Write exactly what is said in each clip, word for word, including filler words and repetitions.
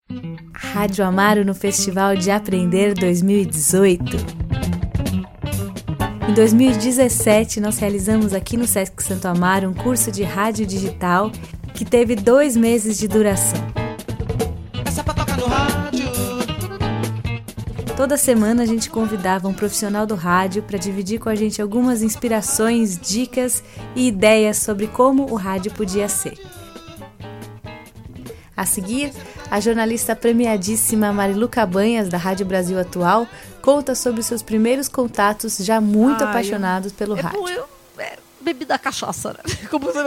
Rádio Amaro no Festival de Aprender dois mil e dezoito. Em dois mil e dezessete, nós realizamos aqui no Sesc Santo Amaro um curso de rádio digital que teve dois meses de duração. Essa pra tocar no rádio. Toda semana a gente convidava um profissional do rádio para dividir com a gente algumas inspirações, dicas e ideias sobre como o rádio podia ser. A seguir, a jornalista premiadíssima Marilu Cabanhas, da Rádio Brasil Atual, conta sobre seus primeiros contatos já muito ah, apaixonados eu, pelo é rádio. Bom, eu é, bebi da cachaça, né? Como você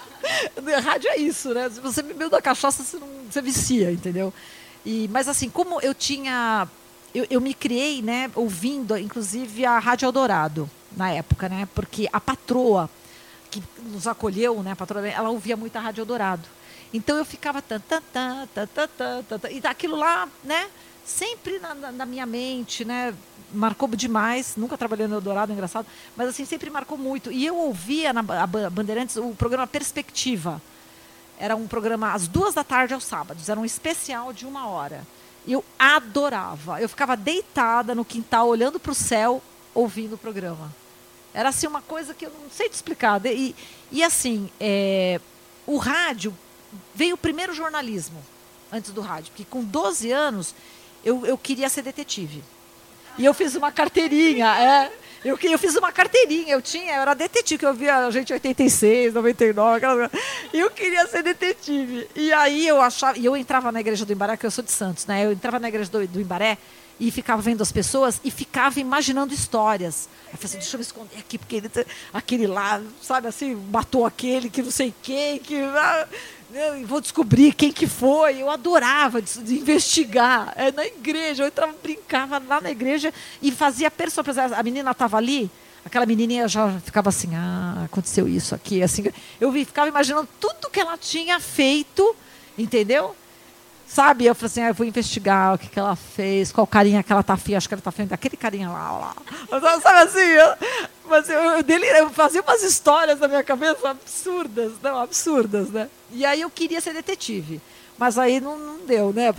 não, rádio é isso, né? Se você bebeu da cachaça, você, não, você vicia, entendeu? E, mas assim, como eu tinha... Eu, eu me criei, né, ouvindo, inclusive, a Rádio Eldorado, na época, né? Porque a patroa que nos acolheu, né, a patroa, ela ouvia muito a Rádio Eldorado. Então eu ficava tan, tan, tan, tan, tan, tan, tan, tan, e aquilo lá, né, sempre na, na, na minha mente, né, marcou demais. Nunca trabalhei no Eldorado, engraçado, mas assim, sempre marcou muito. E eu ouvia na a Bandeirantes o programa Perspectiva. Era um programa às duas da tarde aos sábados, era um especial de uma hora. Eu adorava. Eu ficava deitada no quintal, olhando para o céu, ouvindo o programa. Era assim uma coisa que eu não sei te explicar. E, e assim, é, o rádio... Veio o primeiro jornalismo antes do rádio, porque com doze anos eu, eu queria ser detetive. E eu fiz uma carteirinha, é, eu, eu fiz uma carteirinha, eu tinha, eu era detetive, que eu via a gente em oitenta e seis, noventa e nove, aquela, e eu queria ser detetive. E aí eu achava, e eu entrava na igreja do Imbaré, que eu sou de Santos, né? Eu entrava na igreja do, do Imbaré e ficava vendo as pessoas e ficava imaginando histórias. Eu falei assim, deixa eu me esconder aqui, porque ele, aquele lá, sabe assim, matou aquele, que não sei quem, que... Ah, eu vou descobrir quem que foi. Eu adorava de, de investigar. É, na igreja, eu entrava, brincava lá na igreja e fazia personagem. A menina estava ali, aquela menininha já ficava assim, ah, aconteceu isso aqui. Assim, eu ficava imaginando tudo que ela tinha feito, entendeu? Sabe? Eu falei assim, ah, eu vou investigar o que, que ela fez, qual carinha que ela tá afim, acho que ela tá afim daquele carinha lá, lá. Sabe assim? Eu, mas eu, eu, eu fazia umas histórias na minha cabeça absurdas, não, absurdas, né? E aí eu queria ser detetive, mas aí não, não deu, né?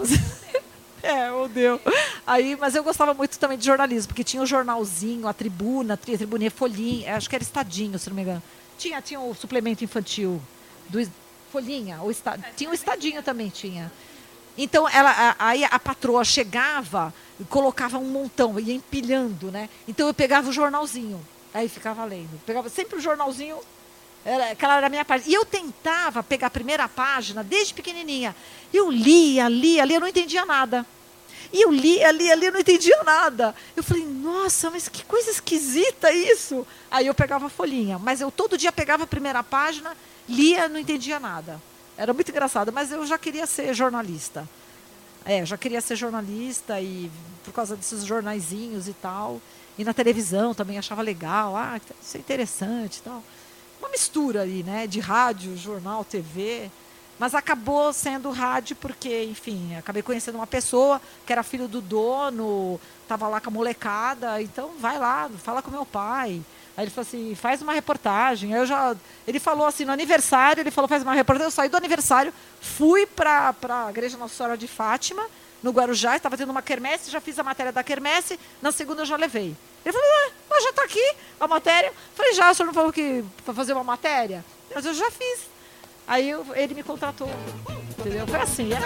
É, não deu. Aí, mas eu gostava muito também de jornalismo, porque tinha o jornalzinho, a Tribuna, a Tribuna, Folhinha, acho que era Estadinho, se não me engano. Tinha, tinha o suplemento infantil, do Folhinha, o esta, tinha o Estadinho também, tinha. Então, ela, aí a patroa chegava, colocava um montão, ia empilhando, né? Então, eu pegava o jornalzinho, aí ficava lendo. Pegava sempre o jornalzinho, era, aquela era a minha página. E eu tentava pegar a primeira página, desde pequenininha. Eu lia, lia, lia, eu não entendia nada. E eu lia, lia, lia, eu não entendia nada. Eu falei, nossa, mas que coisa esquisita isso. Aí eu pegava a folhinha, mas eu todo dia pegava a primeira página, lia, não entendia nada. Era muito engraçado, mas eu já queria ser jornalista. É, já queria ser jornalista e por causa desses jornaizinhos e tal. E na televisão também achava legal. Ah, isso é interessante e tal. Uma mistura aí, né? De rádio, jornal, T V. Mas acabou sendo rádio porque, enfim, acabei conhecendo uma pessoa que era filho do dono, estava lá com a molecada. Então, vai lá, fala com meu pai. Aí ele falou assim, faz uma reportagem. Aí eu já, ele falou assim, no aniversário, ele falou, faz uma reportagem. Eu saí do aniversário, fui para a Igreja Nossa Senhora de Fátima, no Guarujá, estava tendo uma quermesse, já fiz a matéria da quermesse, na segunda eu já levei. Ele falou, ah, mas já está aqui a matéria. Eu falei, já, o senhor não falou que para fazer uma matéria? Mas eu já fiz. Aí eu, ele me contratou, entendeu? Foi assim, era...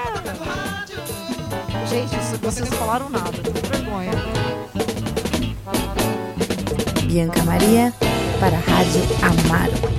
Gente, vocês não falaram nada, que vergonha. Bianca Maria, para a Rádio Amaro.